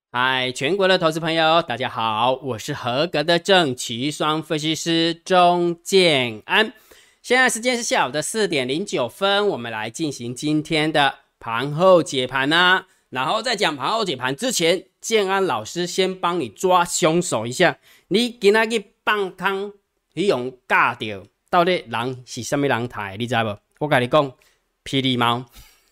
嗨，全国的投资朋友，大家好，我是合格的正奇双分析师钟建安。现在时间是下午的4:09，我们来进行今天的盘后解盘啊。然后在讲盘后解盘之前，建安老师先帮你抓凶手一下。你今天去放空，你用假掉，到底人是什么人抬？你知道不？我跟你讲，霹雳猫。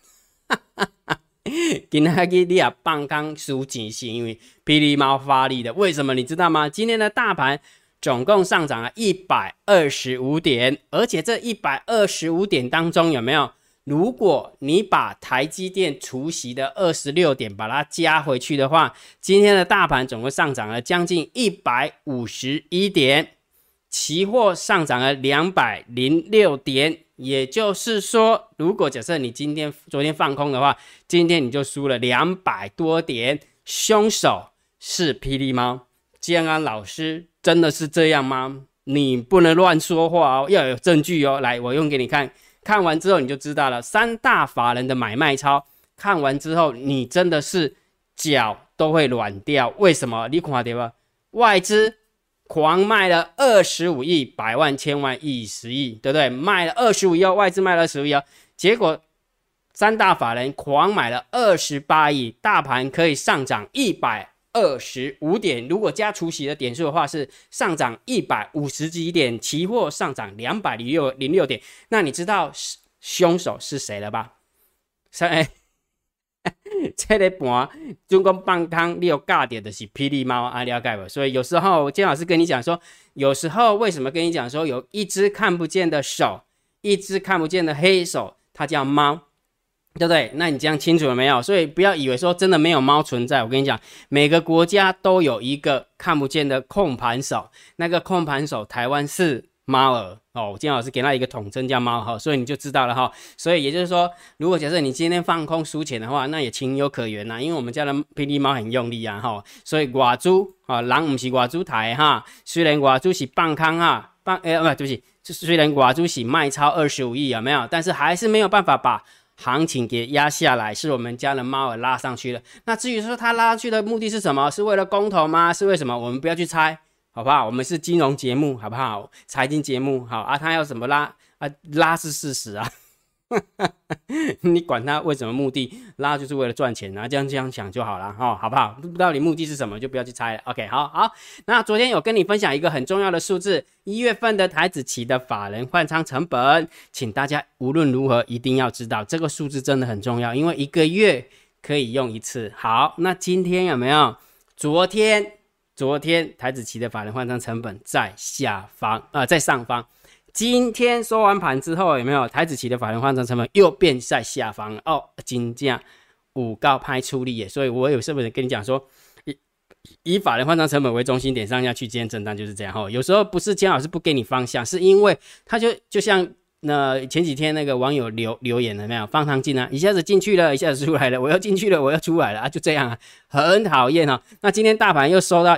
今天你也放空输钱是因为霹雳猫发力的，为什么你知道吗？今天的大盘总共上涨了125点，而且这125点当中有没有？如果你把台积电除息的26点把它加回去的话，今天的大盘总共上涨了将近151点，期货上涨了206点。也就是说，如果假设你昨天放空的话，今天你就输了200多点。凶手是霹雳猫，建安老师真的是这样吗？你不能乱说话哦，要有证据哦。来，我用给你看，看完之后你就知道了。三大法人的买卖超，看完之后你真的是脚都会软掉。为什么？你看到吧？外资狂卖了25亿，百万、千万、亿、10亿，对不对？卖了25亿哦，外资卖了25亿哦，结果三大法人狂买了28亿，大盘可以上涨125点，如果加除息的点数的话，是上涨150几点，期货上涨206点。那你知道凶手是谁了吧？这个盘总共放空你有尬点的是霹雳猫啊，了解吧？所以有时候建老师跟你讲说，有时候为什么跟你讲说有一只看不见的手，一只看不见的黑手，它叫猫，对不对？那你这样清楚了没有？所以不要以为说真的没有猫存在。我跟你讲，每个国家都有一个看不见的控盘手，那个控盘手台湾是猫儿哦，金老师给他一个统称叫猫哈，所以你就知道了哈。所以也就是说，如果假设你今天放空输钱的话，那也情有可原啦，因为我们家的霹雳猫很用力啊哈，所以外资啊，人不是外资台哈，虽然外资是放空哈，对不起，虽然外资是卖超25亿有没有？但是还是没有办法把行情给压下来，是我们家的猫儿拉上去了。那至于说它拉上去的目的是什么？是为了公投吗？是为什么？我们不要去猜。好不好？我们是金融节目，好不好？财经节目，好啊。他要怎么拉啊？拉是事实啊，你管他为什么目的，拉就是为了赚钱啊，这样想就好了哈，好不好？不知道你目的是什么，就不要去猜了。OK， 好。那昨天有跟你分享一个很重要的数字，1月份的台指期的法人换仓成本，请大家无论如何一定要知道这个数字真的很重要，因为一个月可以用一次。好，那今天有没有？昨天台指期的法人换仓成本在在上方。今天收完盘之后有没有台指期的法人换仓成本又变在下方了哦？金价有够歹处理耶，所以我有是不是跟你讲说，以法人换仓成本为中心点上下区间震荡就是这样哈。有时候不是姜老师不给你方向，是因为它就像那前几天那个网友留言了没有？放糖进啊，一下子进去了，一下子出来了，我要进去了，我要出来了啊，就这样啊，很讨厌哦。那今天大盘又收到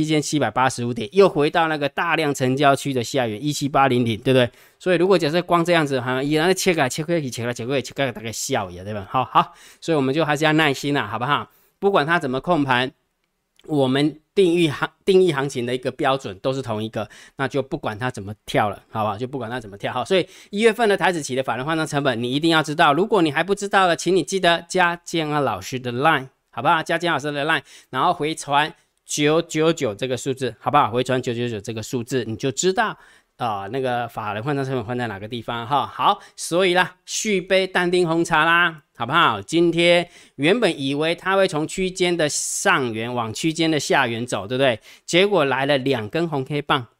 17785点，又回到那个大量成交区的下缘17800，对不对？所以如果假设光这样子，好像依然切来切去，大概笑也对吧？好，所以我们就还是要耐心啦，好不好？不管它怎么控盘，我们定义行情的一个标准都是同一个，那就不管它怎么跳了，好不好？就不管它怎么跳。好，所以1月份的台指期的法人换仓成本，你一定要知道。如果你还不知道的，请你记得加建安老师的 line， 好不好？加建安老师的 line， 然后回传999这个数字，好不好？回传999这个数字，你就知道那个法人换仓成本换在哪个地方哈。好，所以啦，续杯淡定红茶啦，好不好？今天原本以为它会从区间的上缘往区间的下缘走，对不对？结果来了2根红 K 棒，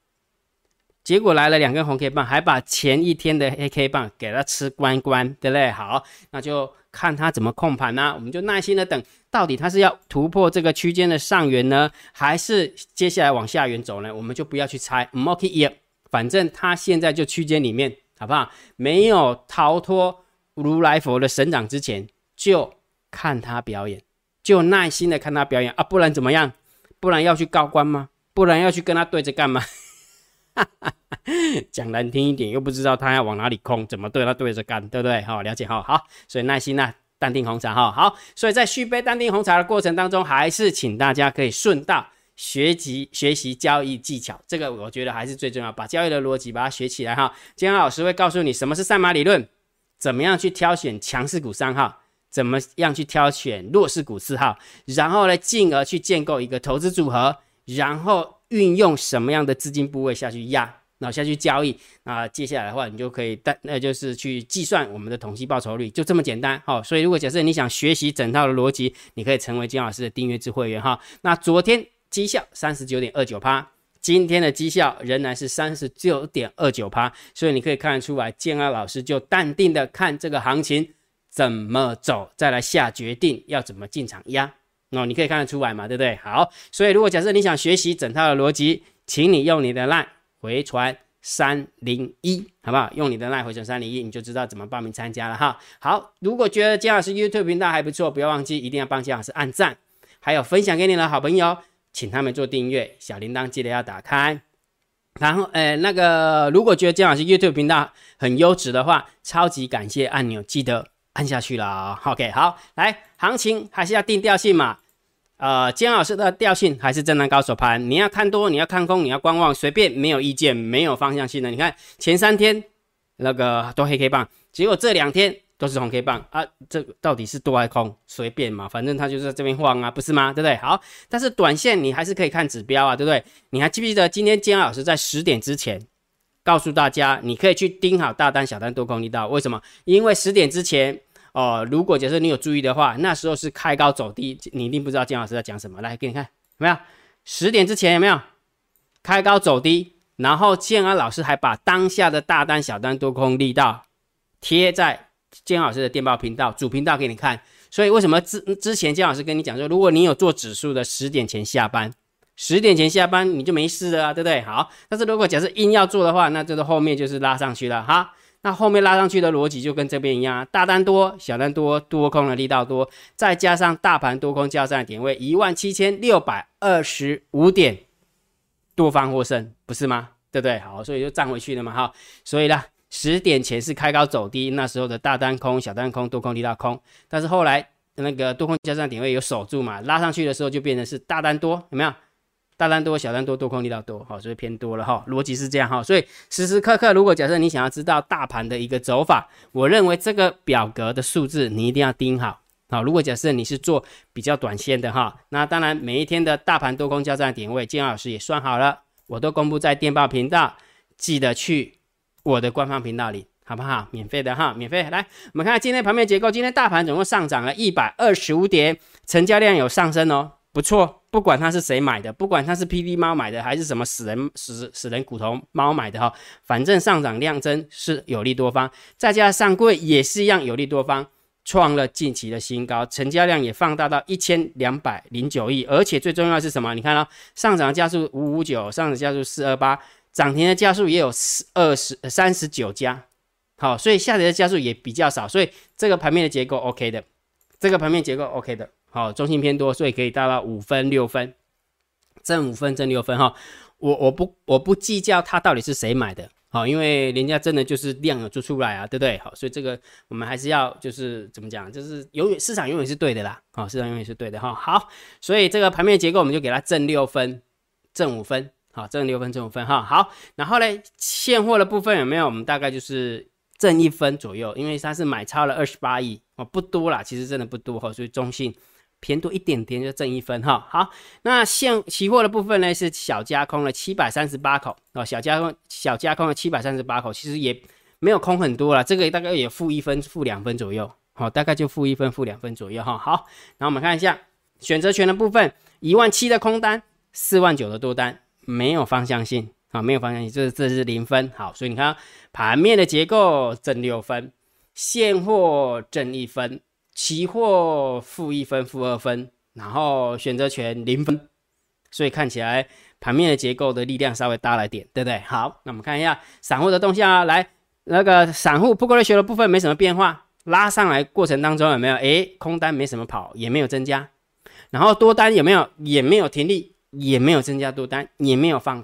还把前一天的黑 K 棒给它吃光光，对不对？好，那就看它怎么控盘啦，我们就耐心的等，到底它是要突破这个区间的上缘呢，还是接下来往下缘走呢？我们就不要去猜，不要去验，反正它现在就区间里面，好不好？没有逃脱如来佛的神掌之前，就看他表演，就耐心的看他表演啊，不然怎么样？不然要去告官吗？不然要去跟他对着干嘛？讲难听一点，又不知道他要往哪里空，怎么对他对着干，对不对？好，了解好，所以耐心啦， 淡定红茶哈。好，所以在续杯淡定红茶的过程当中，还是请大家可以顺道学习交易技巧，这个我觉得还是最重要，把交易的逻辑把它学起来哈。今天老师会告诉你什么是赛马理论，怎么样去挑选强势股3号，怎么样去挑选弱势股4号，然后呢，进而去建构一个投资组合，然后运用什么样的资金部位下去压，然后下去交易。接下来的话，你就可以就是去计算我们的统计报酬率，就这么简单。所以如果假设你想学习整套的逻辑，你可以成为金老师的订阅制会员哈。那昨天绩效 39.29%， 今天的绩效仍然是 39.29%， 所以你可以看得出来，建安老师就淡定的看这个行情怎么走，再来下决定要怎么进场压。你可以看得出来嘛，对不对？好，所以如果假设你想学习整套的逻辑，请你用你的 LINE 回传301，好不好？用你的 LINE 回传301，你就知道怎么报名参加了哈。好，如果觉得姜老师 YouTube 频道还不错，不要忘记一定要帮姜老师按赞，还有分享给你的好朋友，请他们做订阅，小铃铛记得要打开。然后如果觉得姜老师 YouTube 频道很优质的话，超级感谢按钮记得按下去了。OK， 好，来，行情还是要定调性嘛。姜老师的调性还是震荡高手盘，你要看多，你要看空，你要观望，随便，没有意见，没有方向性的。你看前3天那个都黑 K 棒，结果这2天都是红 K 棒啊，这到底是多还空？随便嘛，反正它就是在这边晃啊，不是吗？对不对？好，但是短线你还是可以看指标啊，对不对？你还记不记得今天姜老师在10点之前告诉大家，你可以去盯好大单、小单、多空力道？为什么？因为10点之前。如果假设你有注意的话，那时候是开高走低，你一定不知道姜老师在讲什么。来给你看，有没有？10点之前有没有开高走低？然后建安老师还把当下的大单、小单、多空力道贴在建安老师的电报频道主频道给你看。所以为什么之前建安老师跟你讲说，如果你有做指数的10点前下班，10点前下班你就没事了啊，对不对？好，但是如果假设硬要做的话，那这个后面就是拉上去了哈。那后面拉上去的逻辑就跟这边一样，大单多，小单多，多空的力道多，再加上大盘多空交战的点位17625点，多方获胜，不是吗？对不对？好，所以就站回去了嘛哈。所以呢，10点前是开高走低，那时候的大单空、小单空、多空力道空，但是后来那个多空交战点位有守住嘛，拉上去的时候就变成是大单多，有没有？大单多，小单多，多空力道多，所以偏多了哈，逻辑是这样哈。所以时时刻刻，如果假设你想要知道大盘的一个走法，我认为这个表格的数字你一定要盯好。好，如果假设你是做比较短线的哈，那当然每一天的大盘多空交战点位，建安老师也算好了，我都公布在电报频道，记得去我的官方频道里，好不好？免费的哈，免费。来，我们看今天盘面結構，今天大盤總共上漲了125點，成交量有上升哦，不錯。不管它是谁買的，不管它是 PD 貓買的，還是什麼死人骨頭貓買的哈，反正上漲量增是有利多方，再加上櫃也是一樣有利多方，創了近期的新高，成交量也放大到1209億，而且最重要的是什麼？你看到上漲加速559，上漲加速428，漲停的加速也有39家。好，所以下跌的加速也比较少，所以这个盘面的结构 OK 的，这个盘面结构 OK 的，好，中性偏多，所以可以达到5分6分，正5分正6分哈。我不计较它到底是谁买的，好，因为人家真的就是量有做出来啊，对不对？好，所以这个我们还是要就是怎么讲，就是市场永远是对的啦，好，市场永远是对的哈。好，所以这个盘面结构我们就给它正6分，正5分，好，正6分正5分哈。好，然后呢，现货的部分有没有？我们大概就是正1分左右，因为它是买超了28亿哦，不多啦，其实真的不多哈，所以中性偏多一点点就正1分哈。好，那期货的部分呢是小加空了738口哦，小加空了738口，其实也没有空很多啦，这个大概也负1分负2分左右，好，大概就负1分负2分左右哈。好，然后我们看一下选择权的部分，17000的空单，49000的多单，没有方向性。好，没有方向性，这是0分。好，所以你看盘面的结构正6分，现货正1分，期货负1分负2分，然后选择权0分，所以看起来盘面的结构的力量稍微大了一点，对不对？好，那我们看一下散户的动向啊，来，那个散户 Put Call Ratio 的部分没什么变化，拉上来过程当中有没有？空单没什么跑，也没有增加，然后多单有没有？也没有停利，也没有增加多单，也没有放空。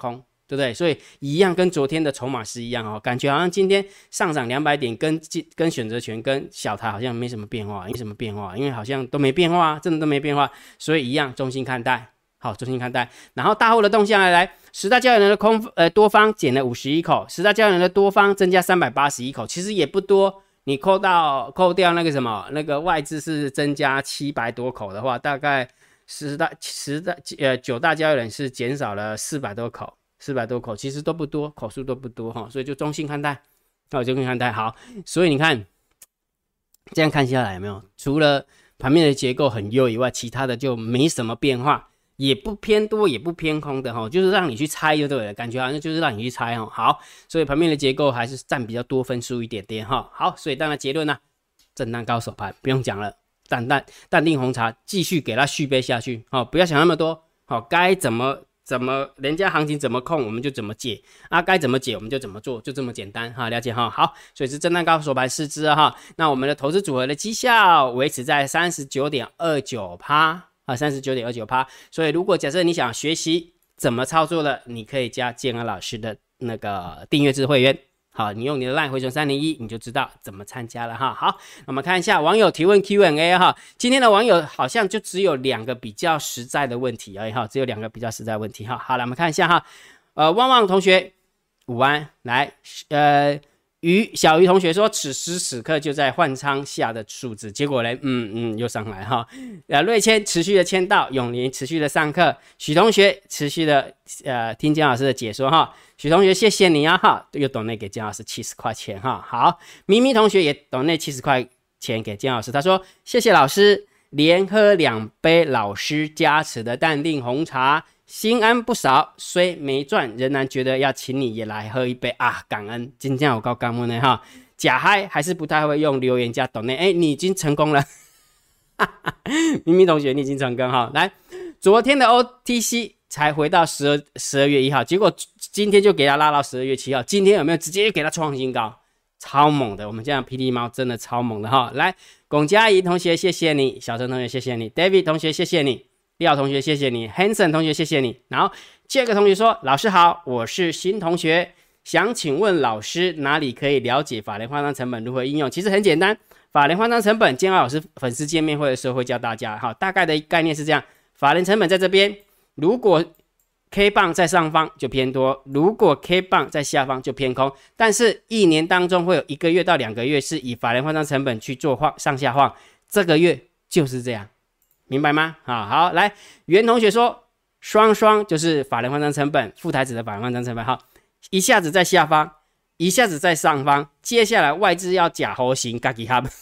对不对？所以一样跟昨天的筹码是一样哦，感觉好像今天上涨200点跟选择权跟小台好像没什么变化，因为好像都没变化，真的都没变化，所以一样中性看待。好，中性看待。然后大户的动向来10大交易人的多方减了51口，10大交易人的多方增加381口，其实也不多。你扣掉那个什么，那个外资是增加700多口的话，大概9大交易人是减少了400多口，400多口其实都不多，口数都不多哈，所以就中性看待。中性看待好，所以你看这样看下来有没有？除了盘面的结构很优以外，其他的就没什么变化。也不偏多也不偏空的哈，就是让你去猜就对了，感觉好像就是让你去猜哈。好，所以盘面的结构还是占比较多分数一点点哈。好，所以当然结论呢，震荡高手盘不用讲了，淡定红茶继续给它续杯下去，好，不要想那么多，好，该怎么人家行情怎么控我们就怎么解啊，该怎么解我们就怎么做，就这么简单哈，了解哈。好，所以是震荡高手盘4只哈，那我们的投资组合的绩效维持在 39.29%。39.29%，所以如果假设你想学习怎么操作了，你可以加建安老师的那个订阅制会员。好，你用你的 LINE 回传301，你就知道怎么参加了哈。好，我们看一下网友提问 Q&A 哈。今天的网友好像就只有2个比较实在的问题而已哈，只有2个比较实在的问题哈。好了，我们看一下哈。旺旺同学午安，来小鱼同学说，此时此刻就在换仓下的数字，结果呢，又上来哈。瑞谦持续的签到，永林持续的上课，许同学持续的听姜老师的解说哈。许同学谢谢你啊哈，又donate给姜老师70块钱哈。好，咪咪同学也donate70块钱给姜老师，他说谢谢老师，连喝2杯老师加持的淡定红茶。心安不少，虽没赚，仍然觉得要请你也来喝一杯啊！感恩，今天有够感恩的哈。假嗨还是不太会用留言加抖内，你已经成功了，咪咪同学你已经成功哈。来，昨天的 OTC 才回到12月1号，结果今天就给他拉到12月7号，今天有没有直接给他创新高？超猛的，我们这样霹雳猫真的超猛的哈。来，龚佳怡同学谢谢你，小陈同学谢谢你 ，David 同学谢谢你。廖同学谢谢你 ，Hanson 同学谢谢你，然后Jack同学说老师好，我是新同学，想请问老师哪里可以了解法人换仓成本如何应用？其实很简单，法人换仓成本，建安老师粉丝见面会的时候会教大家，好，大概的概念是这样，法人成本在这边，如果 K 棒在上方就偏多，如果 K 棒在下方就偏空，但是1年当中会有1个月到2个月是以法人换仓成本去做上下晃，这个月就是这样。明白吗？好，来，袁同学说，双就是法人换仓成本，副台子的法人换仓成本，好，一下子在下方，一下子在上方，接下来外资要假猴行，嘎给他们，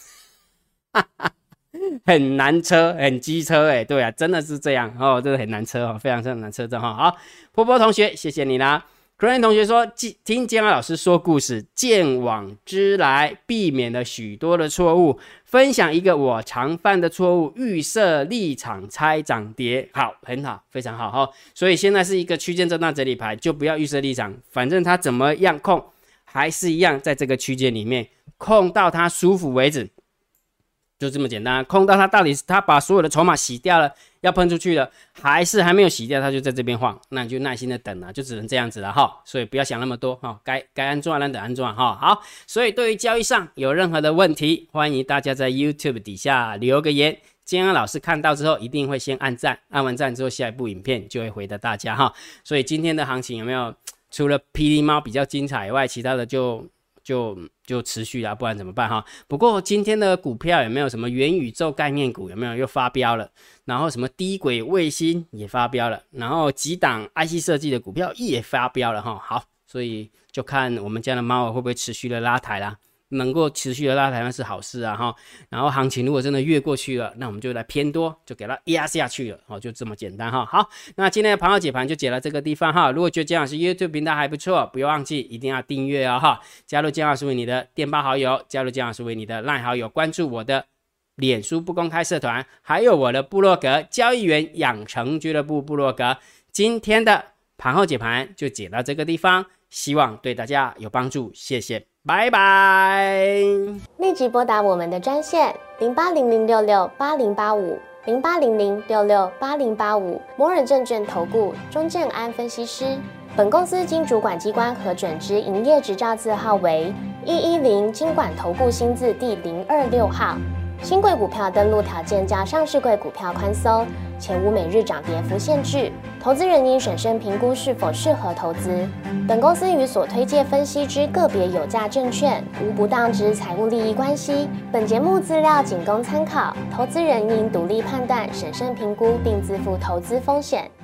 很难车，很机车哎，对啊，真的是这样哦，真的很难车哦，非常难车的哈。好，波波同学，谢谢你啦。Green 同学说，听建安老师说故事，见往知来，避免了许多的错误。分享一个我常犯的错误，预设立场猜涨跌。好，很好，非常好哈。所以现在是一个区间震荡整理盘，就不要预设立场，反正它怎么样控，还是一样在这个区间里面控到它舒服为止。就这么简单，控到它到底是它把所有的筹码洗掉了，要喷出去了，还是还没有洗掉，它就在这边晃，那你就耐心的等了，就只能这样子了哈。所以不要想那么多哈，该安装咱得安装哈。好，所以对于交易上有任何的问题，欢迎大家在 YouTube 底下留个言，建安老师看到之后一定会先按赞，按完赞之后下一部影片就会回答大家哈。所以今天的行情有没有除了霹雳猫比较精彩以外，其他的就持续啦，不然怎么办哈？不过今天的股票有没有什么元宇宙概念股有没有又发飙了？然后什么低轨卫星也发飙了，然后几档 IC 设计的股票也发飙了哈。好，所以就看我们家的猫会不会持续的拉抬啦。能够持续的拉抬那是好事啊哈，然后行情如果真的越过去了，那我们就来偏多，就给它压下去了哦，就这么简单哈。好，那今天的盘后解盘就解到这个地方哈。如果觉得姜老师 YouTube 频道还不错，不要忘记一定要订阅哦哈，加入姜老师为你的电报好友，加入姜老师为你的 LINE 好友，关注我的脸书不公开社团，还有我的部落格交易员养成俱乐部部落格。今天的盘后解盘就解到这个地方，希望对大家有帮助，谢谢。拜拜！ 立即拨打我们的专线0800668085 0800668085摩尔证券投顾钟建安分析师。 本公司经主管机关核准之营业执照字号为110金管投顾新字第026号。新贵股票登录条件较上市贵股票宽松，且无每日涨跌幅限制。投资人应审慎评估是否适合投资。本公司与所推介分析之个别有价证券无不当之财务利益关系。本节目资料仅供参考，投资人应独立判断、审慎评估，并自负投资风险。